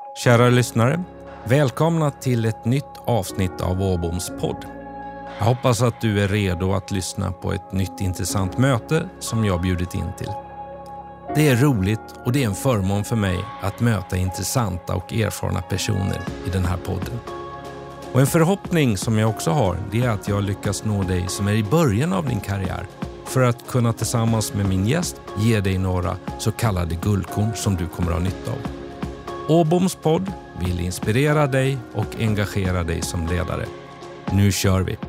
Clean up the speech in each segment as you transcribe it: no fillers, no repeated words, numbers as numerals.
Kära lyssnare, välkomna till ett nytt avsnitt av Åboms podd. Jag hoppas att du är redo att lyssna på ett nytt intressant möte som jag bjudit in till. Det är roligt och det är en förmån för mig att möta intressanta och erfarna personer i den här podden. Och en förhoppning som jag också har, det är att jag lyckas nå dig som är i början av din karriär för att kunna tillsammans med min gäst ge dig några så kallade guldkorn som du kommer att ha nytta av. Åboms podd vill inspirera dig och engagera dig som ledare. Nu kör vi!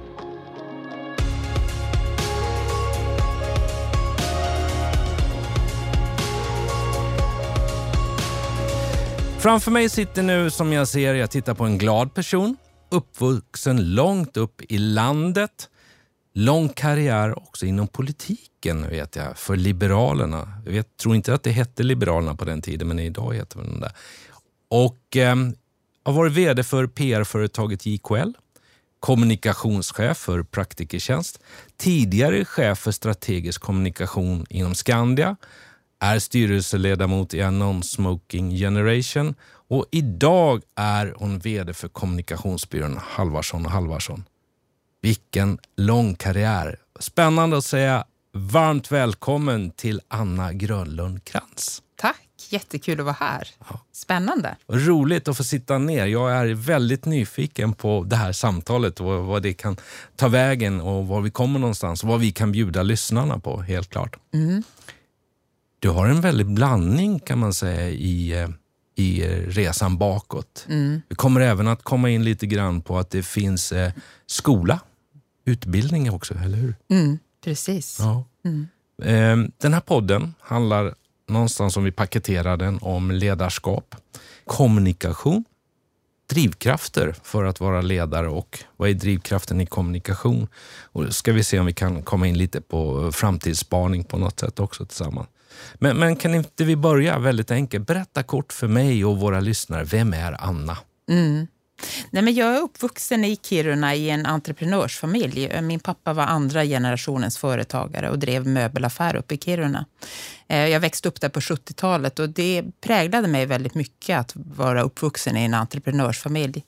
Framför mig sitter nu, som jag ser, jag tittar på en glad person. Uppvuxen långt upp i landet. Lång karriär också inom politiken, vet jag, för Liberalerna. Jag tror inte att det hette Liberalerna på den tiden, men idag heter det det. Och har varit vd för PR-företaget JKL. Kommunikationschef för Praktikertjänst. Tidigare chef för strategisk kommunikation inom Skandia. Är styrelseledamot i Non-Smoking Generation. Och idag är hon vd för kommunikationsbyrån Halvarsson & Halvarsson. Vilken lång karriär. Spännande att säga varmt välkommen till Anna Grönlund Krantz. Tack, jättekul att vara här. Spännande. Roligt att få sitta ner. Jag är väldigt nyfiken på det här samtalet och vad det kan ta vägen och var vi kommer någonstans och vad vi kan bjuda lyssnarna på, helt klart. Mm. Du har en väldig blandning, kan man säga, i resan bakåt. Mm. Vi kommer även att komma in lite grann på att det finns skola, utbildning också, eller hur? Mm, precis. Ja. Mm. Den här podden handlar någonstans, som vi paketerar den, om ledarskap, kommunikation, drivkrafter för att vara ledare och vad är drivkraften i kommunikation. Och ska vi se om vi kan komma in lite på framtidsspaning på något sätt också tillsammans. Men kan inte vi börja väldigt enkelt? Berätta kort för mig och våra lyssnare, vem är Anna? Mm. Nej, men jag är uppvuxen i Kiruna i en entreprenörsfamilj. Min pappa var andra generationens företagare och drev möbelaffär uppe i Kiruna. Jag växte upp där på 70-talet och det präglade mig väldigt mycket att vara uppvuxen i en entreprenörsfamilj.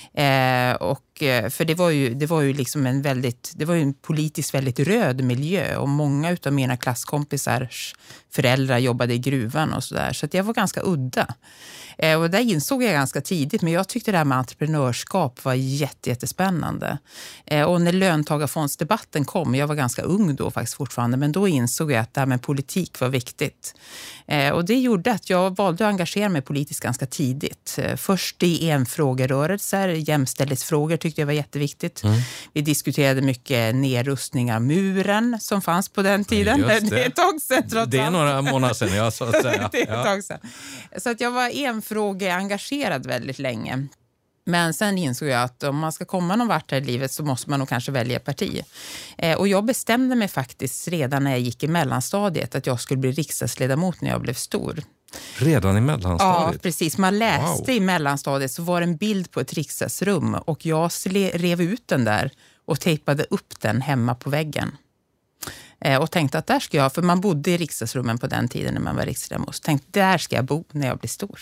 För det var ju liksom en politiskt väldigt röd miljö och många utav mina klasskompisars föräldrar jobbade i gruvan och sådär. Så att jag var ganska udda. Och där insåg jag ganska tidigt, men jag tyckte det här med entreprenörskap var jättespännande. Och när löntagarfondsdebatten kom, jag var ganska ung då faktiskt fortfarande, men då insåg jag att det här med politik var viktigt. Och det gjorde att jag valde att engagera mig politiskt ganska tidigt. Först i enfrågerörelser, jämställdhetsfrågor tyckte jag var jätteviktigt. Mm. Vi diskuterade mycket nedrustning av muren som fanns på den tiden. Det är ett tag sedan. Det är några månader sedan, jag så att säga. Det är ett tag sedan. Så att jag var enfrågeengagerad väldigt länge. Men sen insåg jag att om man ska komma någon vart här i livet så måste man nog kanske välja parti. Och jag bestämde mig faktiskt redan när jag gick i mellanstadiet att jag skulle bli riksdagsledamot när jag blev stor. Redan i mellanstadiet? Ja, precis. Man läste i mellanstadiet så var det en bild på ett riksdagsrum och jag rev ut den där och tejpade upp den hemma på väggen. Och tänkte att där ska jag, för man bodde i riksdagsrummen på den tiden när man var riksdagsledamot. Tänkte där ska jag bo när jag blir stor.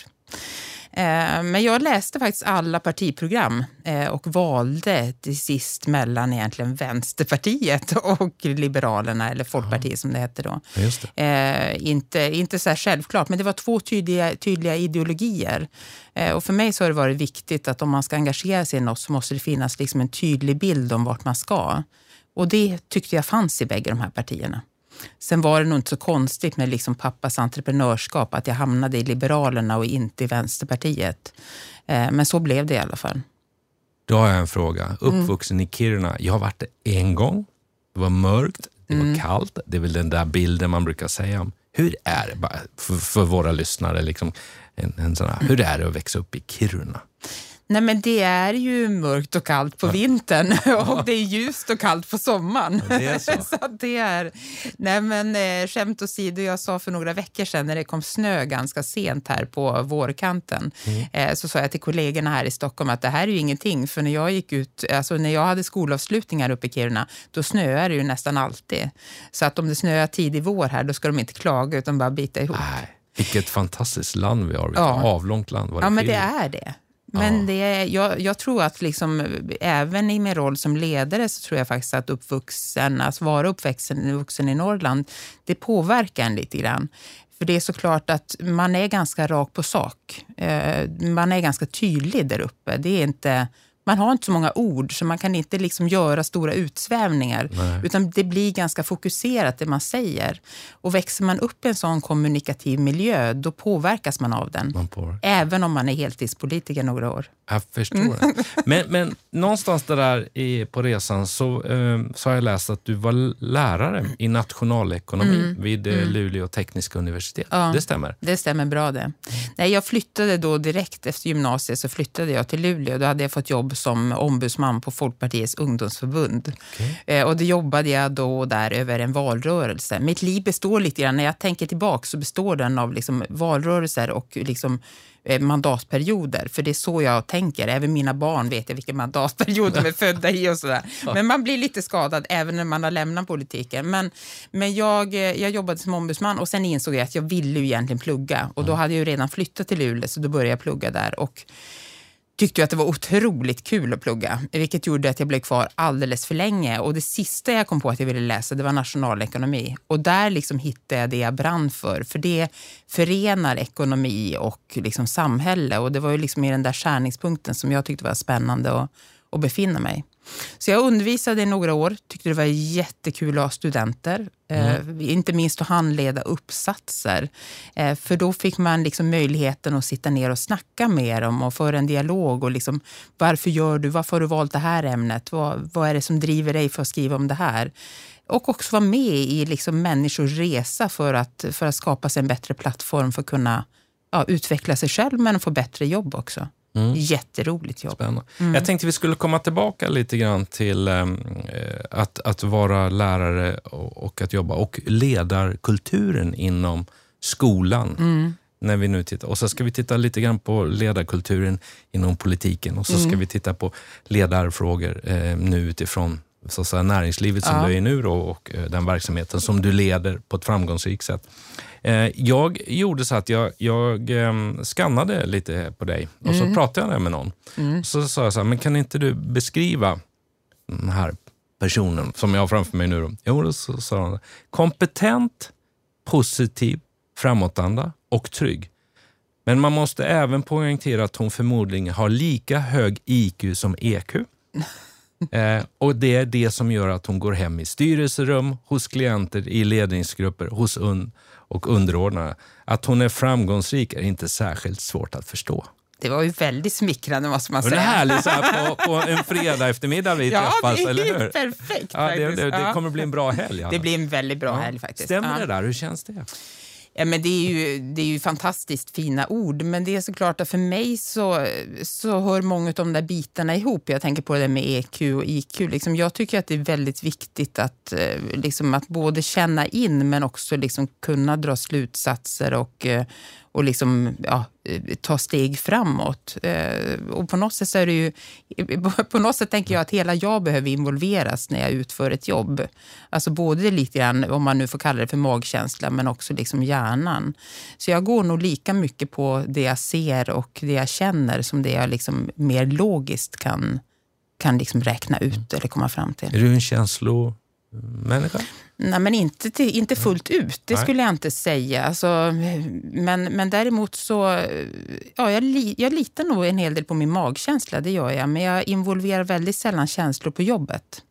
Men jag läste faktiskt alla partiprogram och valde till sist mellan egentligen Vänsterpartiet och Liberalerna eller Folkpartiet som det hette då. Just det. Inte så här självklart, men det var två tydliga ideologier. Och för mig så har det varit viktigt att om man ska engagera sig i något så måste det finnas liksom en tydlig bild om vart man ska. Och det tyckte jag fanns i bägge de här partierna. Sen var det nog inte så konstigt med liksom pappas entreprenörskap att jag hamnade i Liberalerna och inte i Vänsterpartiet. Men så blev det i alla fall. Då har jag en fråga. Uppvuxen i Kiruna. Jag har varit det en gång. Det var mörkt, det var kallt. Det är väl den där bilden man brukar säga om. Hur är det bara för våra lyssnare? Liksom, hur är det att växa upp i Kiruna? Nej, men det är ju mörkt och kallt på vintern och det är ljust och kallt på sommaren. Det är så. Så det är, nej men skämt åsido, jag sa för några veckor sedan när det kom snö ganska sent här på vårkanten så sa jag till kollegorna här i Stockholm att det här är ju ingenting, för när jag gick ut, alltså när jag hade skolavslutningar uppe i Kiruna, då snöar det ju nästan alltid. Så att om det snöar tidig vår här, då ska de inte klaga utan bara bita ihop. Nej. Vilket fantastiskt land vi har. Vilket avlångt land. Ja, men det är det. Men jag tror att liksom, även i min roll som ledare så tror jag faktiskt att att vara uppvuxen i Norrland, det påverkar en lite grann. För det är såklart att man är ganska rak på sak. Man är ganska tydlig där uppe. Det är inte... Man har inte så många ord så man kan inte liksom göra stora utsvävningar. Nej. Utan det blir ganska fokuserat det man säger. Och växer man upp i en sån kommunikativ miljö då påverkas man av den. Även om man är heltidspolitiker några år. Jag förstår det. Men någonstans där på resan så har jag läst att du var lärare i nationalekonomi vid Luleå tekniska universitet. Ja, det stämmer? Det stämmer bra det. Nej, jag flyttade då direkt efter gymnasiet så flyttade jag till Luleå. Då hade jag fått jobb som ombudsman på Folkpartiets ungdomsförbund. Okay. Och det jobbade jag då där över en valrörelse. Mitt liv består lite grann, när jag tänker tillbaka så består den av liksom valrörelser och liksom mandatperioder. För det är så jag tänker. Även mina barn vet jag vilken mandatperiod de är födda i och sådär. Men man blir lite skadad även när man har lämnat politiken. Men jag jobbade som ombudsman och sen insåg jag att jag ville ju egentligen plugga. Och då hade jag ju redan flyttat till Luleå så då började jag plugga där och tyckte att det var otroligt kul att plugga. Vilket gjorde att jag blev kvar alldeles för länge. Och det sista jag kom på att jag ville läsa det var nationalekonomi. Och där liksom hittade jag det jag brann för. För det förenar ekonomi och liksom samhälle. Och det var ju liksom i den där skärningspunkten som jag tyckte var spännande att befinna mig. Så jag undervisade i några år. Tyckte det var jättekul att ha studenter. Inte minst att handleda uppsatser. För då fick man liksom möjligheten att sitta ner och snacka med dem och föra en dialog. Och liksom, varför har du valt det här ämnet? Vad är det som driver dig för att skriva om det här? Och också vara med i liksom människors resa för att skapa sig en bättre plattform för att kunna utveckla sig själv men få bättre jobb också. Jätteroligt jobb. Spännande. Jag tänkte vi skulle komma tillbaka lite grann till att vara lärare och att jobba och ledarkulturen inom skolan. När vi nu tittar. Och så ska vi titta lite grann på ledarkulturen inom politiken och så ska vi titta på ledarfrågor nu utifrån så att säga, näringslivet som du är nu då, och den verksamheten som du leder på ett framgångsrikt sätt. Jag gjorde så att jag skannade lite på dig och så pratade jag med någon. Så sa jag så här, men kan inte du beskriva den här personen som jag har framför mig nu då? Jo, så sa han, kompetent, positiv, framåtanda och trygg. Men man måste även poängtera att hon förmodligen har lika hög IQ som EQ. Och det är det som gör att hon går hem i styrelserum, hos klienter, i ledningsgrupper, hos och underordnare. Att hon är framgångsrik är inte särskilt svårt att förstå. Det var ju väldigt smickrande, måste man säga. Det är härligt så här på en fredag eftermiddag vi träffas, eller hur? Perfekt. Ja, det kommer bli en bra helg. Det blir en väldigt bra helg faktiskt. Stämmer det där? Hur känns det? Ja, men det är ju fantastiskt fina ord, men det är såklart att för mig så hör många av de där bitarna ihop. Jag tänker på det med EQ och IQ. Liksom, jag tycker att det är väldigt viktigt att både känna in men också liksom kunna dra slutsatser och liksom, ta steg framåt. Och på något sätt så är det ju, på något sätt tänker jag att hela jag behöver involveras när jag utför ett jobb. Alltså både lite grann, om man nu får kalla det för magkänsla, men också liksom hjärnan. Så jag går nog lika mycket på det jag ser och det jag känner som det jag liksom mer logiskt kan liksom räkna ut eller komma fram till. Är du en känslomänniska? Nej, men inte fullt ut. Det skulle jag inte säga. Alltså, men däremot så... Ja, jag litar nog en hel del på min magkänsla, det gör jag. Men jag involverar väldigt sällan känslor på jobbet.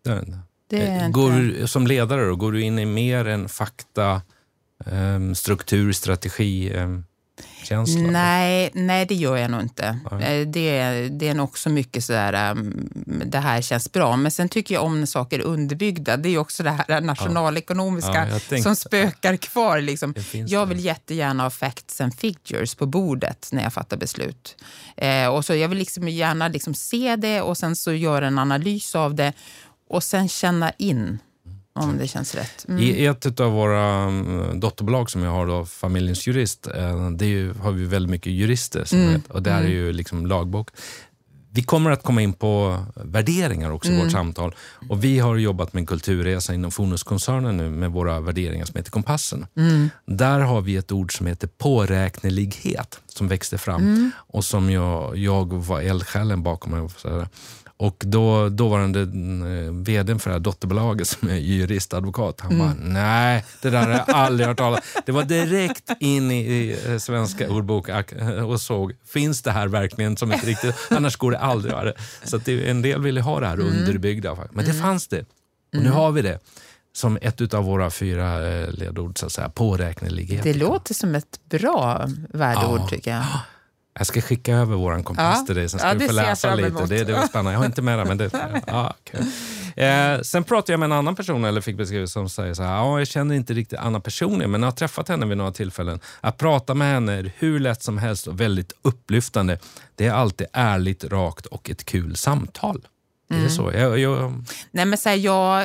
Går du, som ledare då, går du in i mer än fakta, struktur, strategi... känsla? Nej, det gör jag nog inte. Det är nog också mycket sådär, det här känns bra. Men sen tycker jag om när saker är underbyggda. Det är ju också det här nationalekonomiska som spökar kvar. Liksom. Jag vill jättegärna ha facts and figures på bordet när jag fattar beslut. Och så jag vill liksom gärna liksom se det och sen så göra en analys av det och sen känna in om det känns rätt. I ett av våra dotterbolag som jag har då, Familjens jurist, har vi väldigt mycket jurister som vet, och där är ju liksom lagbok. Vi kommer att komma in på värderingar också i vårt samtal. Och vi har jobbat med en kulturresa inom Fonus-koncernen nu med våra värderingar som heter Kompassen. Där har vi ett ord som heter påräknelighet som växte fram. Och som jag var eldsjälen bakom. Och då var den vdn för det här dotterbolaget som är juristadvokat. Han bara, nej, det där har jag aldrig hört talas. Det var direkt in i svenska ordbok och såg, finns det här verkligen som ett riktigt, annars går det aldrig vara det. Så att en del ville ha det här underbyggda. Men det fanns det. Och nu har vi det som ett av våra 4 ledord, så att säga, påräknelighet. Det låter som ett bra värdeord tycker jag. Jag ska skicka över våran kompass till dig, sen ska du få läsa lite. Det var spännande. Jag har inte med det, men det... Okay. Sen pratade jag med en annan person, eller fick beskrivet som säger så här, jag känner inte riktigt Anna personligen, men jag har träffat henne vid några tillfällen. Att prata med henne är hur lätt som helst och väldigt upplyftande. Det är alltid ärligt, rakt och ett kul samtal. Är det så? Nej, men så här,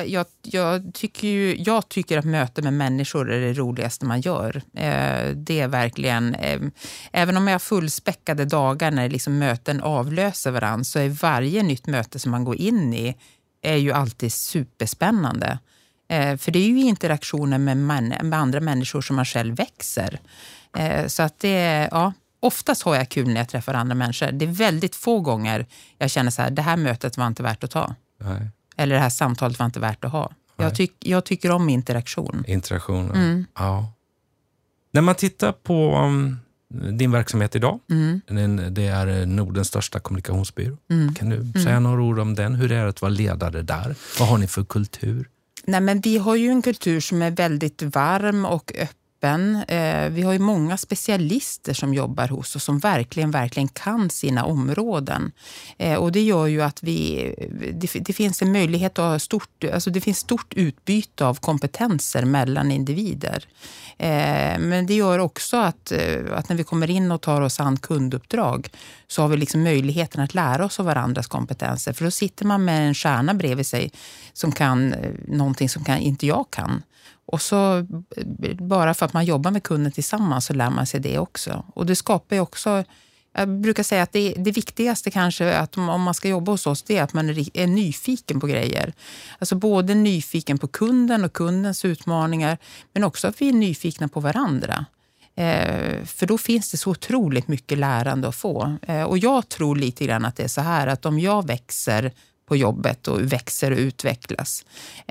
jag tycker att möte med människor är det roligaste man gör. Det är verkligen, även om jag har fullspäckade dagar när liksom möten avlöser varandra, så är varje nytt möte som man går in i är ju alltid superspännande. För det är ju interaktioner med andra människor som man själv växer. Så att det, oftast har jag kul när jag träffar andra människor. Det är väldigt få gånger jag känner så här, det här mötet var inte värt att ta. Nej. Eller det här samtalet var inte värt att ha. Jag tycker om interaktion. Interaktionen, ja. När man tittar på din verksamhet idag, det är Nordens största kommunikationsbyrå. Kan du säga några ord om den? Hur är det att vara ledare där? Vad har ni för kultur? Nej, men vi har ju en kultur som är väldigt varm och öppen. Vi har ju många specialister som jobbar hos oss som verkligen kan sina områden. Och det gör ju att det finns en möjlighet att ha det finns stort utbyte av kompetenser mellan individer. Men det gör också att när vi kommer in och tar oss an kunduppdrag så har vi liksom möjligheten att lära oss av varandras kompetenser. För då sitter man med en stjärna bredvid sig som kan någonting som inte jag kan. Och så bara för att man jobbar med kunden tillsammans så lär man sig det också. Och det skapar ju också, jag brukar säga att det viktigaste kanske att om man ska jobba hos oss, det är att man är nyfiken på grejer. Alltså både nyfiken på kunden och kundens utmaningar, men också att vi är nyfikna på varandra. För då finns det så otroligt mycket lärande att få. Och jag tror lite grann att det är så här att om jag växer på jobbet och växer och utvecklas,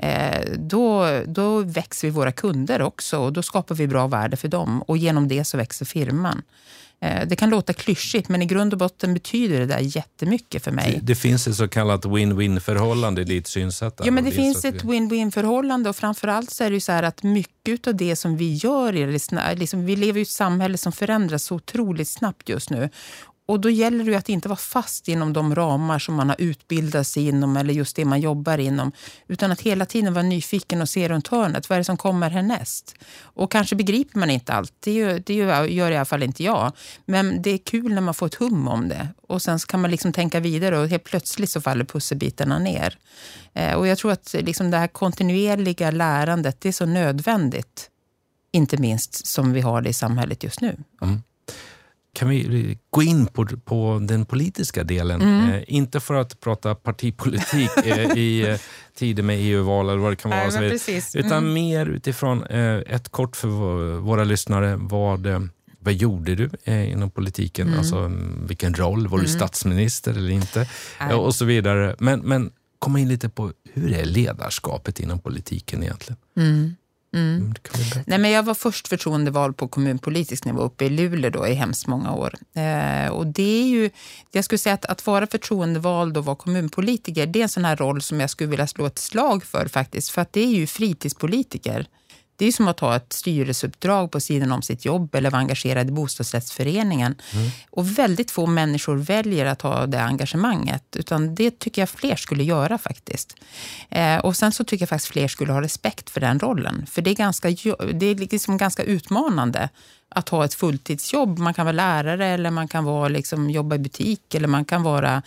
då växer vi våra kunder också och då skapar vi bra värde för dem och genom det så växer firman. Det kan låta klyschigt, men i grund och botten betyder det där jättemycket för mig. Det finns ett så kallat win-win-förhållande i ditt synsätt. Ja, men det finns ett win-win-förhållande och framförallt så är det ju så här att mycket av det som vi gör, liksom, vi lever i ett samhälle som förändras så otroligt snabbt just nu. Och då gäller det ju att inte vara fast inom de ramar som man har utbildat sig inom eller just det man jobbar inom. Utan att hela tiden vara nyfiken och se runt hörnet. Vad är det som kommer härnäst? Och kanske begriper man inte allt. Det gör i alla fall inte jag. Men det är kul när man får ett hum om det. Och sen så kan man liksom tänka vidare och helt plötsligt så faller pusselbitarna ner. Och jag tror att liksom det här kontinuerliga lärandet, det är så nödvändigt. Inte minst som vi har det i samhället just nu. Mm. Kan vi gå in på den politiska delen? Inte för att prata partipolitik i tider med EU-val eller vad det kan vara. Utan mer utifrån ett kort för våra lyssnare. Vad gjorde du inom politiken? Alltså, vilken roll? Var du statsminister eller inte? Och så vidare. Men komma in lite på hur är ledarskapet inom politiken egentligen? Nej, men jag var först förtroendevald på kommunpolitisk nivå uppe i Luleå då i hemskt många år. Och det är ju, jag skulle säga att vara förtroendevald och vara kommunpolitiker, det är en sån här roll som jag skulle vilja slå ett slag för faktiskt. För att det är ju fritidspolitiker. Det är ju som att ha ett styrelseuppdrag på sidan om sitt jobb eller vara engagerad i bostadsrättsföreningen. Och väldigt få människor väljer att ha det engagemanget. Utan det tycker jag fler skulle göra faktiskt. Och sen så tycker jag faktiskt fler skulle ha respekt för den rollen. För det är liksom ganska utmanande att ha ett fulltidsjobb. Man kan vara lärare eller man kan vara liksom jobba i butik eller man kan vara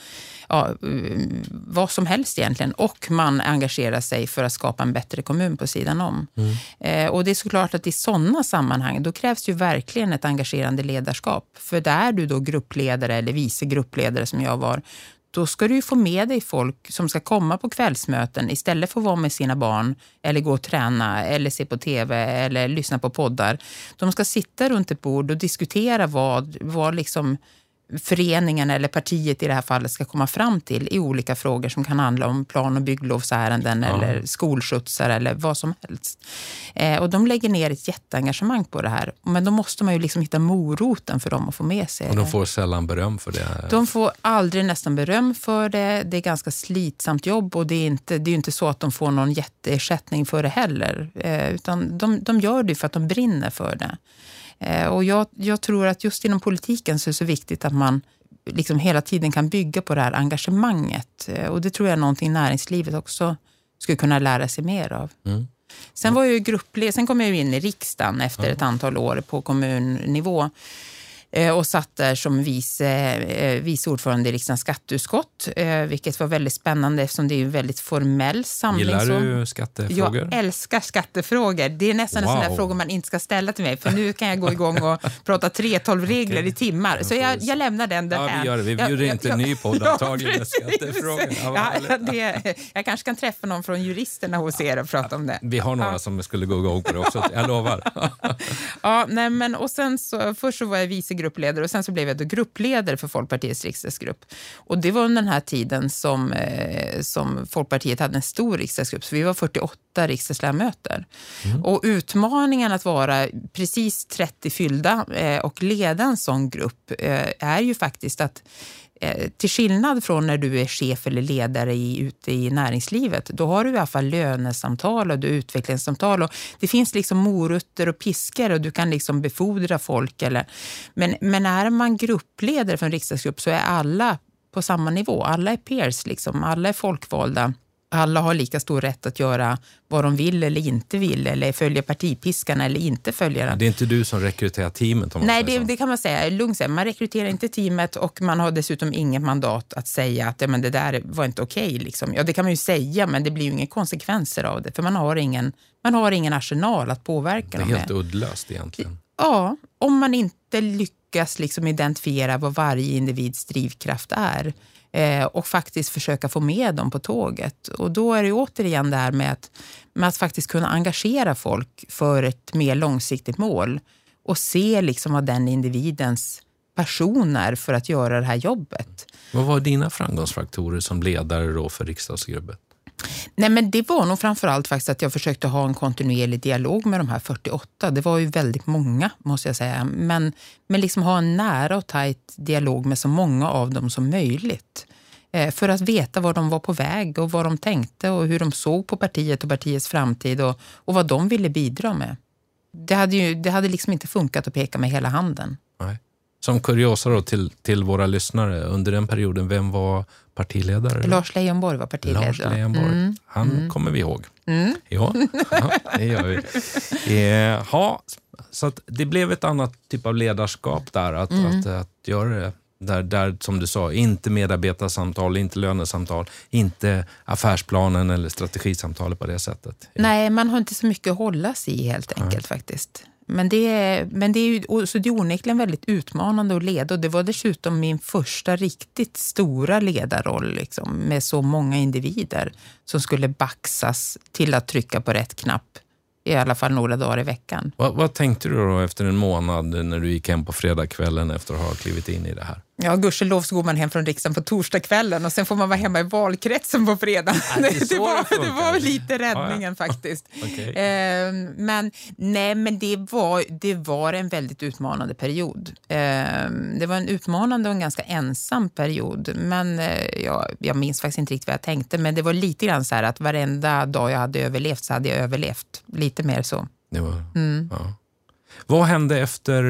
vad som helst egentligen. Och man engagerar sig för att skapa en bättre kommun på sidan om. Och det är såklart att i sådana sammanhang då krävs ju verkligen ett engagerande ledarskap. För där är du då gruppledare eller vice gruppledare som jag var, då ska du ju få med dig folk som ska komma på kvällsmöten istället för att vara med sina barn eller gå och träna eller se på tv eller lyssna på poddar. De ska sitta runt ett bord och diskutera vad liksom föreningen eller partiet i det här fallet ska komma fram till i olika frågor som kan handla om plan- och bygglovsärenden eller skolskjutsar eller vad som helst. Och de lägger ner ett jätteengagemang på det här. Men då måste man ju liksom hitta moroten för dem att få med sig. Och de får sällan beröm för det. De får aldrig nästan beröm för det. Det är ganska slitsamt jobb och det är ju inte så att de får någon jätteersättning för det heller. Utan de gör det för att de brinner för det. Och jag tror att just inom politiken så är det så viktigt att man liksom hela tiden kan bygga på det här engagemanget. Och det tror jag är någonting näringslivet också skulle kunna lära sig mer av. Sen var jag ju sen kom jag ju in i riksdagen efter ett antal år på kommunnivå. Och satt där som vice ordförande i riksdagens skatteutskott, vilket var väldigt spännande eftersom det är en väldigt formell samling. Gillar du skattefrågor? Jag älskar skattefrågor. Det är nästan en sån där fråga man inte ska ställa till mig, för nu kan jag gå igång och prata 3-12-regler i timmar. Så jag lämnar den där. Ja, vi gör det. Vi bjuder inte en ny podd antagligen med skattefrågor. Jag kanske kan träffa någon från juristerna hos er och prata om det. Vi har några som skulle gå igång på det också, jag lovar. Och sen så, först så var jag vicegruppledare och sen så blev jag då gruppledare för Folkpartiets riksdagsgrupp. Och det var under den här tiden som Folkpartiet hade en stor riksdagsgrupp, så vi var 48 riksdagsledamöter. Och utmaningen att vara precis 30 fyllda och leda en sån grupp är ju faktiskt att till skillnad från när du är chef eller ledare ute i näringslivet, då har du i alla fall lönesamtal och du utvecklingssamtal och det finns liksom morötter och piskor och du kan liksom befordra folk. Men är man gruppledare för en riksdagsgrupp så är alla på samma nivå. Alla är peers liksom, alla är folkvalda. Alla har lika stor rätt att göra vad de vill eller inte vill, eller följa partipiskarna eller inte följa den. Det är inte du som rekryterar teamet? Nej, det kan man säga. Lugnt säga. Man rekryterar inte teamet och man har dessutom inget mandat att säga att men det där var inte okej. Liksom. Ja, det kan man ju säga, men det blir ju inga konsekvenser av det. För man har ingen arsenal att påverka dem med. Det är helt uddlöst egentligen. Ja, om man inte lyckas liksom identifiera vad varje individs drivkraft är. Och faktiskt försöka få med dem på tåget. Och då är det återigen det här med att faktiskt kunna engagera folk för ett mer långsiktigt mål. Och se liksom vad den individens passion är för att göra det här jobbet. Vad var dina framgångsfaktorer som ledare då för riksdagsgruppen? Nej, men det var nog framförallt faktiskt att jag försökte ha en kontinuerlig dialog med de här 48. Det var ju väldigt många, måste jag säga. Men liksom ha en nära och tajt dialog med så många av dem som möjligt. För att veta var de var på väg och vad de tänkte och hur de såg på partiet och partiets framtid och vad de ville bidra med. Det hade liksom inte funkat att peka med hela handen. Nej. Som kuriosa då till våra lyssnare, under den perioden, vem var partiledare? Lars Leijonborg var partiledare. Lars Leijonborg. Han kommer vi ihåg. Ja, det gör vi. Så att det blev ett annat typ av ledarskap där att göra det. Där, som du sa, inte medarbetarsamtal, inte lönesamtal, inte affärsplanen eller strategisamtalet på det sättet. Nej, man har inte så mycket att hålla sig i helt enkelt faktiskt. Men det är ju så det är onekligen väldigt utmanande att leda, och det var dessutom min första riktigt stora ledarroll liksom, med så många individer som skulle baxas till att trycka på rätt knapp i alla fall några dagar i veckan. Vad tänkte du då efter en månad när du gick hem på fredagskvällen efter att ha klivit in i det här? Ja, gudskelov så går man hem från riksdagen på torsdagskvällen och sen får man vara hemma i valkretsen på fredag. Det var lite räddningen faktiskt. Okay. Men det var en väldigt utmanande period. Det var en utmanande och en ganska ensam period. Men jag minns faktiskt inte riktigt vad jag tänkte. Men det var lite grann så här att varenda dag jag hade överlevt så hade jag överlevt. Lite mer så. Det var, ja. Vad hände efter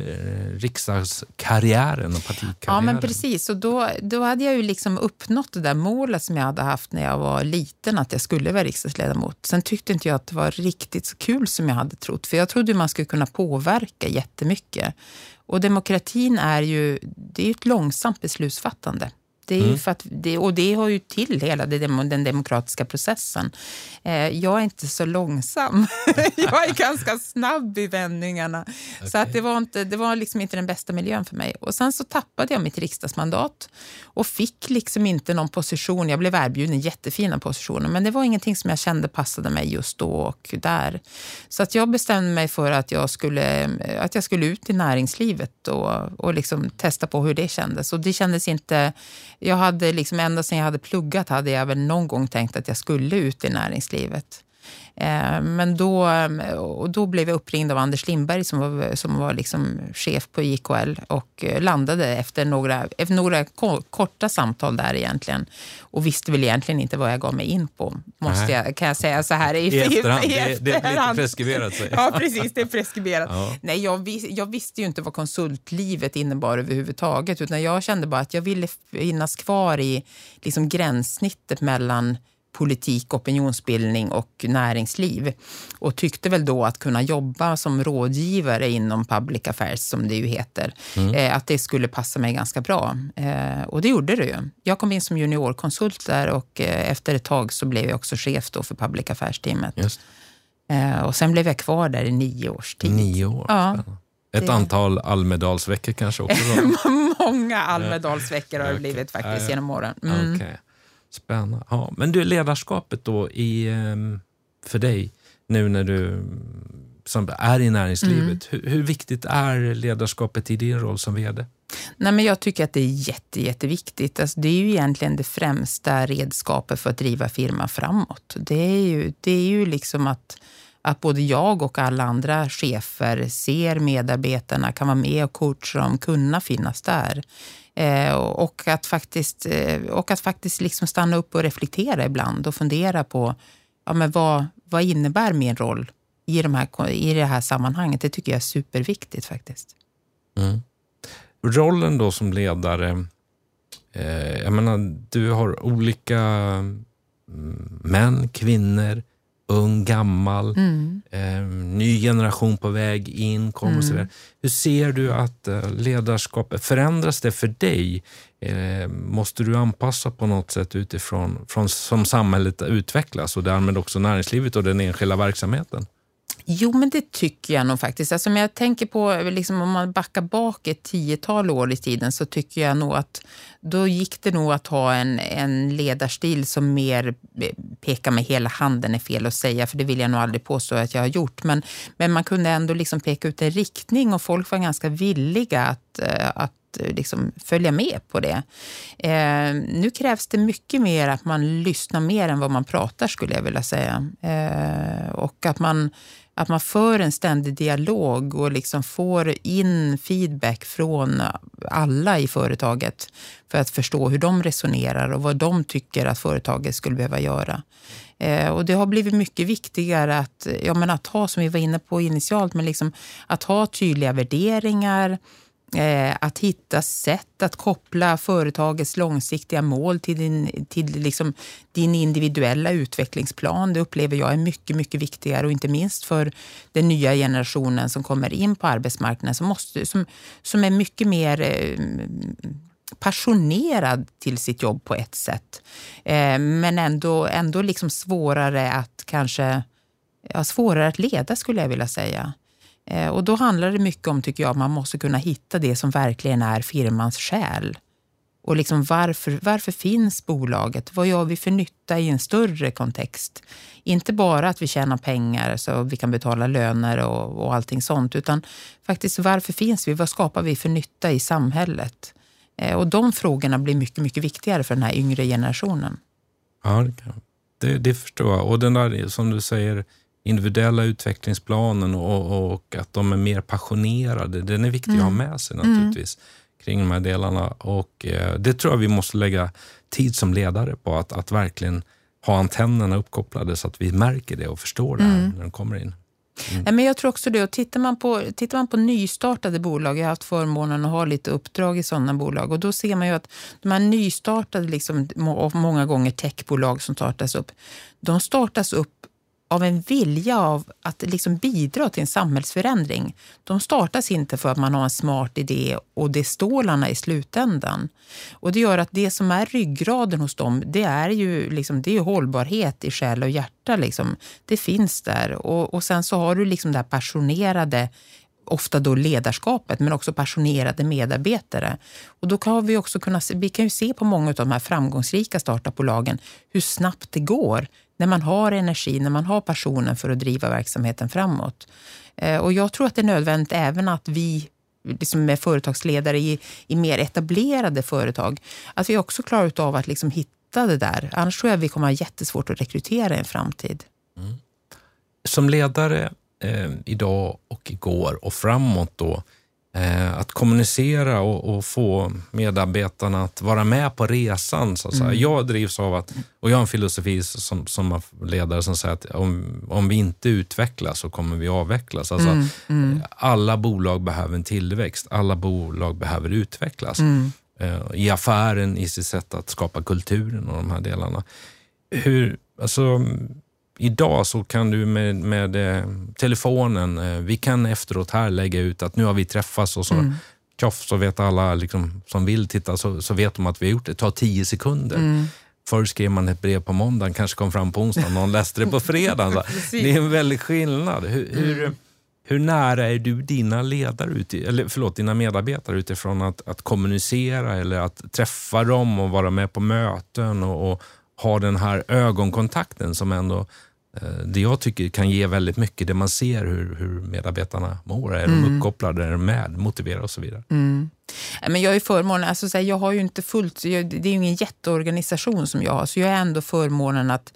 riksdagskarriären och partikarriären? Ja, men precis. Och då hade jag ju liksom uppnått det där målet som jag hade haft när jag var liten, att jag skulle vara riksdagsledamot. Sen tyckte inte jag att det var riktigt så kul som jag hade trott. För jag trodde man skulle kunna påverka jättemycket. Och demokratin är ju ett långsamt beslutsfattande. Det är ju för att och det hör ju till hela den demokratiska processen. Jag är inte så långsam. Jag är ganska snabb i vändningarna. Okay. Så att det var liksom inte den bästa miljön för mig. Och sen så tappade jag mitt riksdagsmandat och fick liksom inte någon position. Jag blev erbjuden jättefina positioner, men det var ingenting som jag kände passade mig just då och där. Så att jag bestämde mig för att jag skulle ut i näringslivet och liksom testa på hur det kändes. Och det kändes inte... Jag hade liksom, ända sedan jag hade pluggat hade jag väl någon gång tänkt att jag skulle ut i näringslivet. Men då blev jag uppringd av Anders Lindberg som var liksom chef på IKL och landade efter några korta samtal där egentligen och visste väl egentligen inte vad jag gav mig in på. Kan jag säga så här i efterhand. Det är lite preskriberat. Så. Ja, precis, det är preskriberat. Ja. Nej, jag visste ju inte vad konsultlivet innebar överhuvudtaget, utan jag kände bara att jag ville finnas kvar i liksom gränssnittet mellan politik, opinionsbildning och näringsliv. Och tyckte väl då att kunna jobba som rådgivare inom public affairs, som det ju heter, att det skulle passa mig ganska bra. Och det gjorde det ju. Jag kom in som juniorkonsult där och efter ett tag så blev jag också chef då för public affairs-teamet. Just. Och sen blev jag kvar där i 9 års tid. 9 år? Ja. Ett antal Almedalsveckor kanske också? Många Almedalsveckor har det blivit faktiskt genom åren. Okej. Spännande. Ja, men du, ledarskapet då för dig nu när du som är i näringslivet, hur viktigt är ledarskapet i din roll som vd? Nej, men jag tycker att det är jätteviktigt. Alltså, det är ju egentligen det främsta redskapet för att driva firman framåt. Det är ju liksom att både jag och alla andra chefer ser medarbetarna, kan vara med och coacha dem, kunna finnas där. Och att faktiskt liksom stanna upp och reflektera ibland och fundera på men vad innebär min roll i det här sammanhanget. Det tycker jag är superviktigt faktiskt. Rollen då som ledare, jag menar, du har olika män, kvinnor, ung, gammal, ny generation på väg in, kommer och så vidare. Hur ser du att ledarskapet förändras det för dig? Måste du anpassa på något sätt utifrån som samhället utvecklas och därmed också näringslivet och den enskilda verksamheten? Jo, men det tycker jag nog faktiskt. Alltså, om jag tänker på, liksom, om man backar bak ett 10-tal år i tiden, så tycker jag nog att då gick det nog att ha en ledarstil som mer pekar med hela handen, är fel att säga, för det vill jag nog aldrig påstå att jag har gjort. Men man kunde ändå liksom peka ut en riktning och folk var ganska villiga att liksom följa med på det. Nu krävs det mycket mer att man lyssnar mer än vad man pratar, skulle jag vilja säga. Och att man för en ständig dialog och liksom får in feedback från alla i företaget för att förstå hur de resonerar och vad de tycker att företaget skulle behöva göra. Och det har blivit mycket viktigare att ha, som vi var inne på initialt, men liksom att ha tydliga värderingar, att hitta sätt att koppla företagets långsiktiga mål till liksom din individuella utvecklingsplan. Det upplever jag är mycket, mycket viktigare, och inte minst för den nya generationen som kommer in på arbetsmarknaden som är mycket mer passionerad till sitt jobb på ett sätt. Men ändå liksom svårare att leda, skulle jag vilja säga. Och då handlar det mycket om, tycker jag, att man måste kunna hitta det som verkligen är firmans själ. Och liksom varför finns bolaget? Vad gör vi för nytta i en större kontext? Inte bara att vi tjänar pengar så vi kan betala löner och allting sånt, utan faktiskt varför finns vi? Vad skapar vi för nytta i samhället? Och de frågorna blir mycket, mycket viktigare för den här yngre generationen. Ja, det förstår jag. Och den där, som du säger, individuella utvecklingsplanen och att de är mer passionerade, den är viktig att ha med sig naturligtvis kring de här delarna. Och det tror jag vi måste lägga tid som ledare på, att verkligen ha antennerna uppkopplade så att vi märker det och förstår det här när de kommer in. Men jag tror också det, och tittar man på nystartade bolag, jag har haft förmånen att ha lite uppdrag i sådana bolag, och då ser man ju att de här nystartade liksom, och många gånger techbolag som startas upp, de startas upp av en vilja av att liksom bidra till en samhällsförändring. De startas inte för att man har en smart idé och det är stålarna i slutändan. Och det gör att det som är ryggraden hos dem, det är ju liksom, det är hållbarhet i själ och hjärta. Liksom. Det finns där. Och sen så har du liksom det här passionerade, ofta då ledarskapet, men också passionerade medarbetare. Och då kan vi också vi kan ju se på många av de här framgångsrika startupbolagen hur snabbt det går när man har energi, när man har passionen för att driva verksamheten framåt. Och jag tror att det är nödvändigt även att vi liksom är företagsledare i mer etablerade företag, att vi också klarar av att liksom hitta det där. Annars tror jag att vi kommer ha jättesvårt att rekrytera i en framtid. Mm. Som ledare idag och igår och framåt då, att kommunicera och få medarbetarna att vara med på resan. Så att säga. Jag drivs av att, och jag har en filosofi som ledare som säger att om vi inte utvecklas så kommer vi avvecklas. Alltså, alla bolag behöver en tillväxt, alla bolag behöver utvecklas. I affären, i sitt sätt att skapa kulturen och de här delarna. Idag så kan du med telefonen, vi kan efteråt här lägga ut att nu har vi träffats och så så vet alla liksom, som vill titta så vet de att vi har gjort det. Det tar 10 sekunder. Förr skrev man ett brev på måndagen, kanske kom fram på onsdagen, någon läste det på fredagen. Så. Det är en väldig skillnad. Hur nära är du dina dina medarbetare utifrån att kommunicera eller att träffa dem och vara med på möten och ha den här ögonkontakten som ändå det jag tycker kan ge väldigt mycket, det man ser hur medarbetarna mår, är de uppkopplade, är de med, motiverade och så vidare. Men jag är förmånen, alltså jag har ju inte det är ju ingen jätteorganisation som jag har, så jag är ändå förmånen att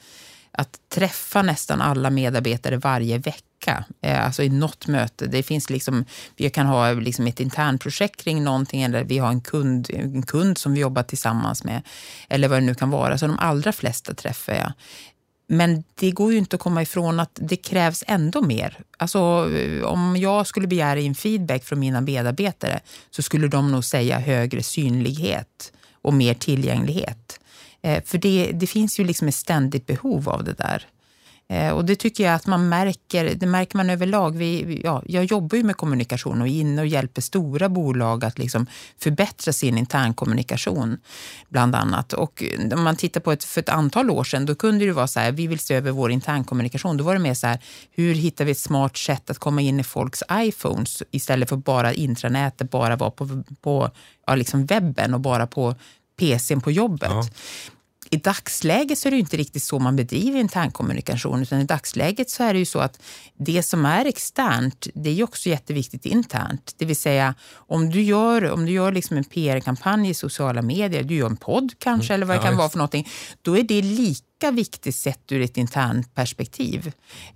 träffa nästan alla medarbetare varje vecka, alltså i något möte. Det finns liksom, vi kan ha liksom ett internprojekt kring någonting, eller vi har en kund som vi jobbar tillsammans med, eller vad det nu kan vara, så de allra flesta träffar jag. Men det går ju inte att komma ifrån att det krävs ändå mer. Alltså om jag skulle begära in feedback från mina medarbetare så skulle de nog säga högre synlighet och mer tillgänglighet. För det finns ju liksom ett ständigt behov av det där. Och det tycker jag att man märker, det märker man överlag. Jag jobbar ju med kommunikation och inne och hjälper stora bolag att liksom förbättra sin internkommunikation bland annat. Och om man tittar på för ett antal år sedan, då kunde det vara så här, vi vill se över vår internkommunikation. Då var det mer så här, hur hittar vi ett smart sätt att komma in i folks iPhones istället för bara intranätet, bara vara på liksom webben och bara på PC:n på jobbet. Ja. I dagsläget så är det ju inte riktigt så man bedriver internkommunikation, utan i dagsläget så är det ju så att det som är externt, det är ju också jätteviktigt internt. Det vill säga, om du gör liksom en PR-kampanj i sociala medier, du gör en podd kanske, eller vad det kan vara för någonting, då är det lika viktigt sett ur ett internt perspektiv.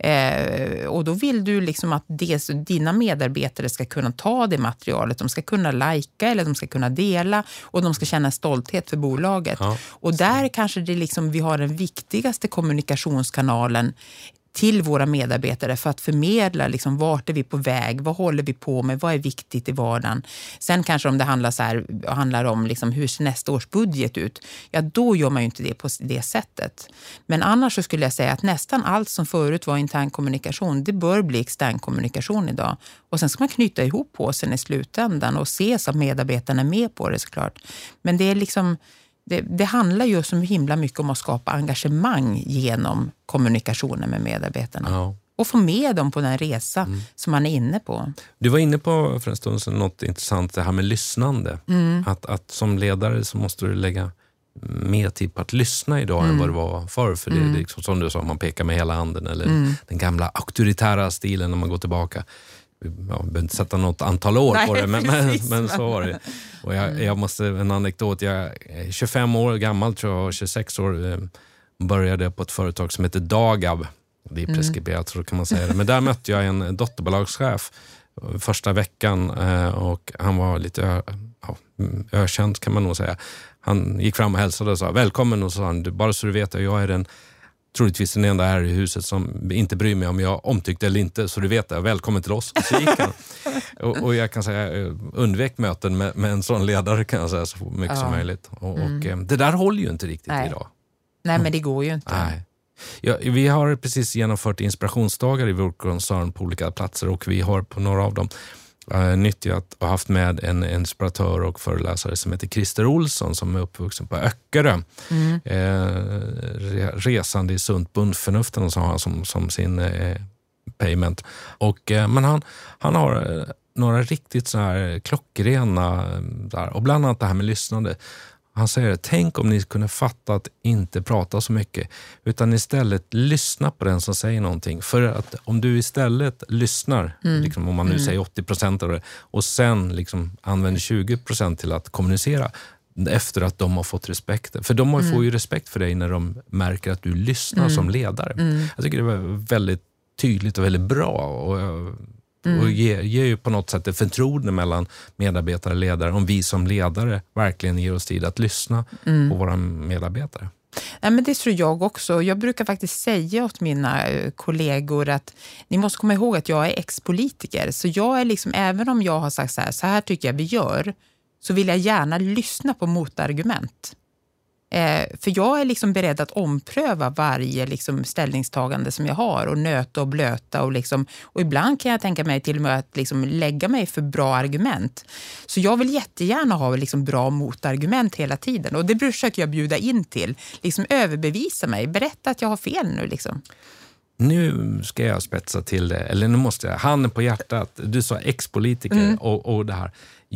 Och då vill du liksom att dina medarbetare ska kunna ta det materialet, de ska kunna lajka eller de ska kunna dela och de ska känna stolthet för bolaget. Ja. Och där kanske det liksom, vi har den viktigaste kommunikationskanalen till våra medarbetare för att förmedla liksom, vart är vi på väg, vad håller vi på med, vad är viktigt i vardagen. Sen kanske om det handlar om liksom, hur ser nästa års budget ut, ja då gör man ju inte det på det sättet. Men annars så skulle jag säga att nästan allt som förut var intern kommunikation, det bör bli extern kommunikation idag. Och sen ska man knyta ihop på sig i slutändan och se så att medarbetarna är med på det såklart. Men det är liksom... Det handlar ju så himla mycket om att skapa engagemang genom kommunikationen med medarbetarna. Ja. Och få med dem på den resa som man är inne på. Du var inne på för en stund sedan något intressant, det här med lyssnande. Att som ledare så måste du lägga mer tid på att lyssna idag än vad det var förr. För det är liksom, som du sa, man pekar med hela handen. Eller den gamla auktoritära stilen när man går tillbaka. Jag behöver inte sätta något antal år på det, men så var det. Och jag måste, en anekdot, jag är 25 år gammal tror jag, 26 år började på ett företag som heter Dagab. Det är preskriberat så kan man säga det. Men där mötte jag en dotterbolagschef första veckan och han var lite ökänd kan man nog säga. Han gick fram och hälsade och sa välkommen, och så sa han, bara så du vet att jag är troligtvis den enda här i huset som inte bryr mig om jag omtyckte eller inte, så du vet det, välkommen till oss. Så gick han. Och jag kan säga, undvek möten med en sån ledare kan jag säga så mycket som möjligt. Och det där håller ju inte riktigt idag. Nej, men det går ju inte. Nej. Ja, vi har precis genomfört inspirationsdagar i vår koncern på olika platser och vi har på några av dem nyttjat och haft med en inspiratör och föreläsare som heter Christer Olsson som är uppvuxen på Öckerö. Resande i sunt bondförnuften och så har han som sin payment. Och, men han har några riktigt så här klockrena där, och bland annat det här med lyssnande. Han säger, tänk om ni kunde fatta att inte prata så mycket utan istället lyssna på den som säger någonting. För att om du istället lyssnar, liksom, om man nu säger 80% av det, och sen liksom använder 20% till att kommunicera efter att de har fått respekt. För de får ju respekt för dig när de märker att du lyssnar som ledare. Jag tycker det var väldigt tydligt och väldigt bra och ger ju på något sätt ett förtroende mellan medarbetare och ledare om vi som ledare verkligen ger oss tid att lyssna på våra medarbetare. Ja, men det tror jag också. Jag brukar faktiskt säga åt mina kollegor att ni måste komma ihåg att jag är ex-politiker. Så jag är liksom, även om jag har sagt så här tycker jag vi gör, så vill jag gärna lyssna på motargument. För jag är liksom beredd att ompröva varje liksom ställningstagande som jag har och nöta och blöta och ibland kan jag tänka mig till och med att liksom lägga mig för bra argument. Så jag vill jättegärna ha liksom bra motargument hela tiden och det försöker jag bjuda in till. Liksom överbevisa mig, berätta att jag har fel nu liksom. Nu ska jag spetsa till det, eller nu måste jag, handen på hjärtat, du sa ex-politiker och det här.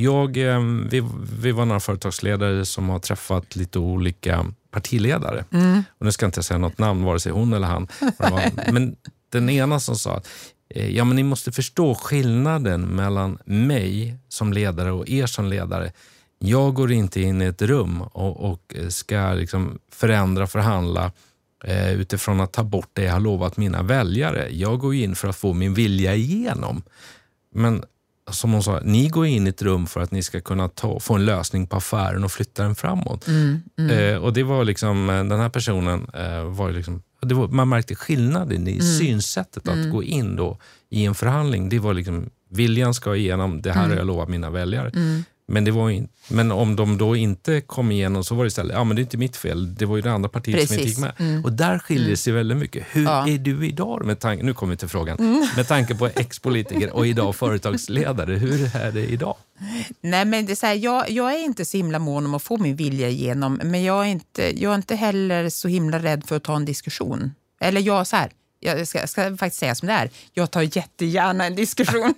Vi var några företagsledare som har träffat lite olika partiledare. Och nu ska jag inte säga något namn, vare sig hon eller han. Men den ena som sa att ja, men ni måste förstå skillnaden mellan mig som ledare och er som ledare. Jag går inte in i ett rum och ska liksom förändra, förhandla utifrån att ta bort det jag har lovat mina väljare. Jag går in för att få min vilja igenom. Men som hon sa, ni går in i ett rum för att ni ska kunna få en lösning på affären och flytta den framåt. Och det var liksom, den här personen var liksom, man märkte skillnaden i synsättet att gå in då i en förhandling. Det var liksom, viljan ska igenom, det här har jag lovat mina väljare. Men det var men om de då inte kom igenom så var det istället, ja men det är inte mitt fel, det var ju det andra partiet som inte gick med. Och där skiljer sig väldigt mycket. Hur är du idag med tanke, nu kommer vi till frågan, med tanke på ex-politiker och idag företagsledare, hur är det idag? Nej men det är så här, jag är inte så himla mån om att få min vilja igenom, men jag är inte heller så himla rädd för att ta en diskussion. Eller jag ska faktiskt säga som det är. Jag tar jättegärna en diskussion.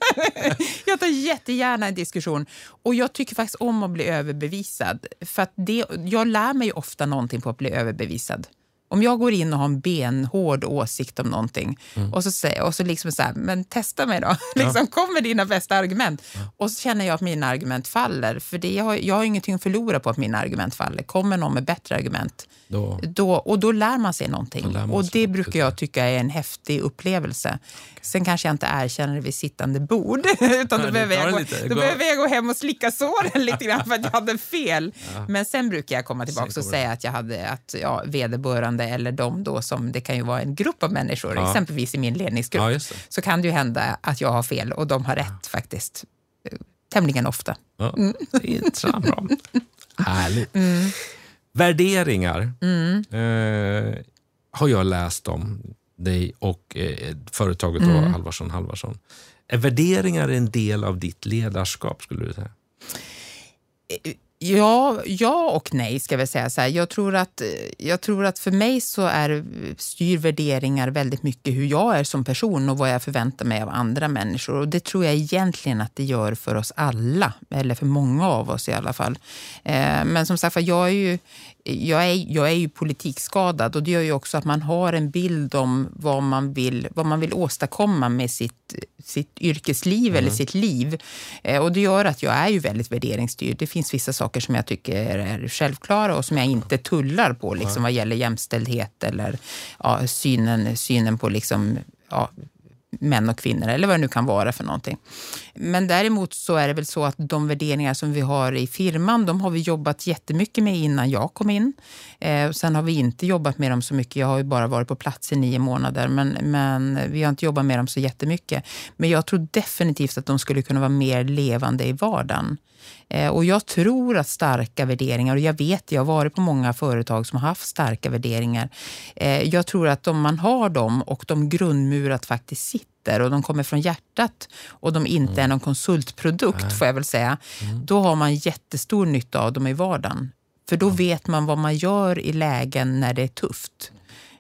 Och jag tycker faktiskt om att bli överbevisad. För att jag lär mig ofta någonting på att bli överbevisad. Om jag går in och har en benhård åsikt om någonting och så liksom så här, men testa mig då. Liksom, kom med dina bästa argument. Och så känner jag att mina argument faller. För jag har ingenting att förlora på att mina argument faller. Kommer någon med bättre argument, då lär man sig någonting. Och det brukar jag tycka är en häftig upplevelse. Sen kanske jag inte erkänner det vid sittande bord. Utan då behöver jag gå hem och slicka såren lite grann för att jag hade fel. Men sen brukar jag komma tillbaka och säga att jag hade vederbörande eller de då som, det kan ju vara en grupp av människor, exempelvis i min ledningsgrupp. Så kan det ju hända att jag har fel och de har rätt faktiskt. Tämligen ofta. Det är så bra. Härligt. Värderingar har jag läst om dig och företaget och Halvarsson. Är värderingar en del av ditt ledarskap, skulle du säga? Ja och nej ska vi säga så här. Jag tror att för mig så styr värderingar väldigt mycket hur jag är som person och vad jag förväntar mig av andra människor. Och det tror jag egentligen att det gör för oss alla, eller för många av oss i alla fall. Men som sagt, jag är ju politikskadad och det gör ju också att man har en bild om vad man vill åstadkomma med sitt yrkesliv eller sitt liv. Och det gör att jag är ju väldigt värderingsstyrd. Det finns vissa saker som jag tycker är självklara och som jag inte tullar på liksom, vad gäller jämställdhet eller synen på liksom, män och kvinnor eller vad det nu kan vara för någonting. Men däremot så är det väl så att de värderingar som vi har i firman, de har vi jobbat jättemycket med innan jag kom in. Sen har vi inte jobbat med dem så mycket. Jag har ju bara varit på plats i 9 månader, men vi har inte jobbat med dem så jättemycket. Men jag tror definitivt att de skulle kunna vara mer levande i vardagen. Och jag tror att starka värderingar, och jag har varit på många företag som har haft starka värderingar. Jag tror att om man har dem och de grundmurat faktiskt sitter och de kommer från hjärtat och de inte är någon konsultprodukt får jag väl säga, då har man jättestor nytta av dem i vardagen. För då vet man vad man gör i lägen när det är tufft.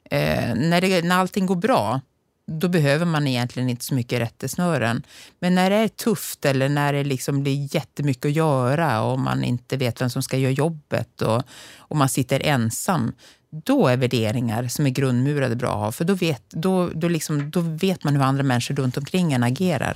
När allting går bra, då behöver man egentligen inte så mycket rättesnören. Men när det är tufft eller när det liksom blir jättemycket att göra och man inte vet vem som ska göra jobbet och man sitter ensam, då är värderingar som är grundmurade bra att ha. För då vet man hur andra människor runt omkring en agerar.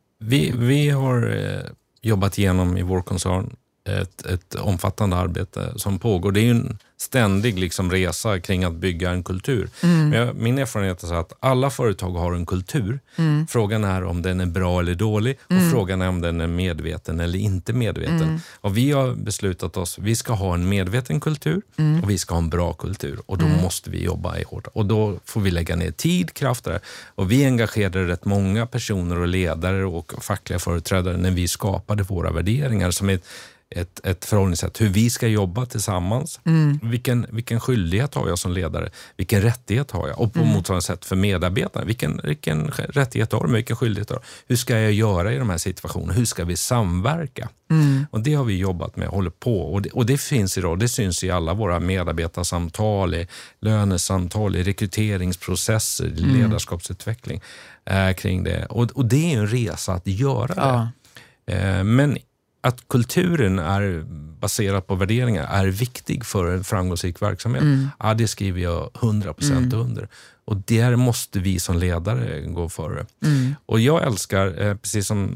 Vi har jobbat igenom i vår koncern ett omfattande arbete som pågår. Det är ju en ständig liksom resa kring att bygga en kultur. Men min erfarenhet är så att alla företag har en kultur. Frågan är om den är bra eller dålig och frågan är om den är medveten eller inte medveten. Och vi har beslutat oss, vi ska ha en medveten kultur och vi ska ha en bra kultur. Och då måste vi jobba i hårt. Och då får vi lägga ner tid, krafter. Och vi engagerade rätt många personer och ledare och fackliga företrädare när vi skapade våra värderingar som ett förhållningssätt, hur vi ska jobba tillsammans. Vilken skyldighet har jag som ledare? Vilken rättighet har jag? Och på motsvarande sätt för medarbetarna. Vilken rättighet har de? Vilken skyldighet har de? Hur ska jag göra i de här situationerna? Hur ska vi samverka? Och det har vi jobbat med, håller på. Och det finns idag, det syns i alla våra medarbetarsamtal, i lönesamtal, i rekryteringsprocesser, i ledarskapsutveckling kring det. Och det är ju en resa att göra det. Men att kulturen är baserad på värderingar är viktig för en framgångsrik verksamhet. Ja, det skriver jag 100% under. Och där måste vi som ledare gå före. Och jag älskar, precis som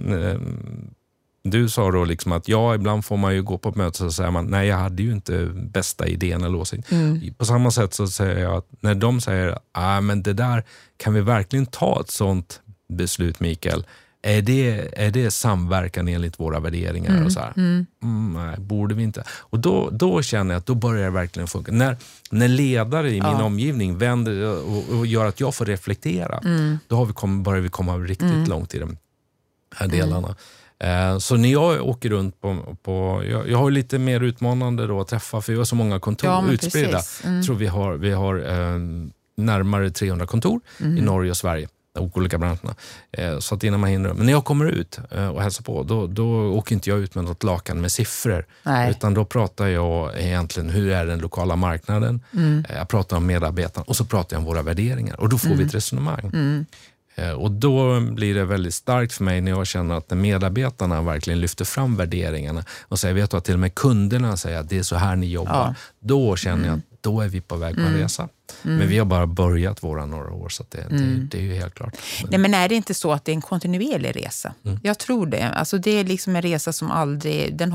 du sa då, liksom att ibland får man ju gå på ett möte och säger man, nej, jag hade ju inte bästa idén eller åsikt. På samma sätt så säger jag att när de säger, men det där, kan vi verkligen ta ett sånt beslut, Mikael? Är det samverkan enligt våra värderingar och så här? Nej, borde vi inte. Och då känner jag att då börjar det verkligen funka. När ledare i min omgivning vänder och gör att jag får reflektera, då börjar vi komma riktigt långt i de här delarna. Så när jag åker runt jag har lite mer utmanande då att träffa, för jag har så många kontor utspridda. Jag tror vi har närmare 300 kontor i Norge och Sverige. Och olika branscherna. Så att innan man hinner. Men när jag kommer ut och hälsar på, då åker inte jag ut med något lakan med siffror. Nej. Utan då pratar jag egentligen hur är den lokala marknaden. Jag pratar om medarbetarna och så pratar jag om våra värderingar. Och då får vi ett resonemang. Och då blir det väldigt starkt för mig när jag känner att när medarbetarna verkligen lyfter fram värderingarna och säger, vet du att till och med kunderna säger att det är så här ni jobbar. Då känner jag att då är vi på väg på en resa. Men vi har bara börjat några år, så att det är ju helt klart. Nej, men är det inte så att det är en kontinuerlig resa? Jag tror det. Alltså det är liksom en resa som den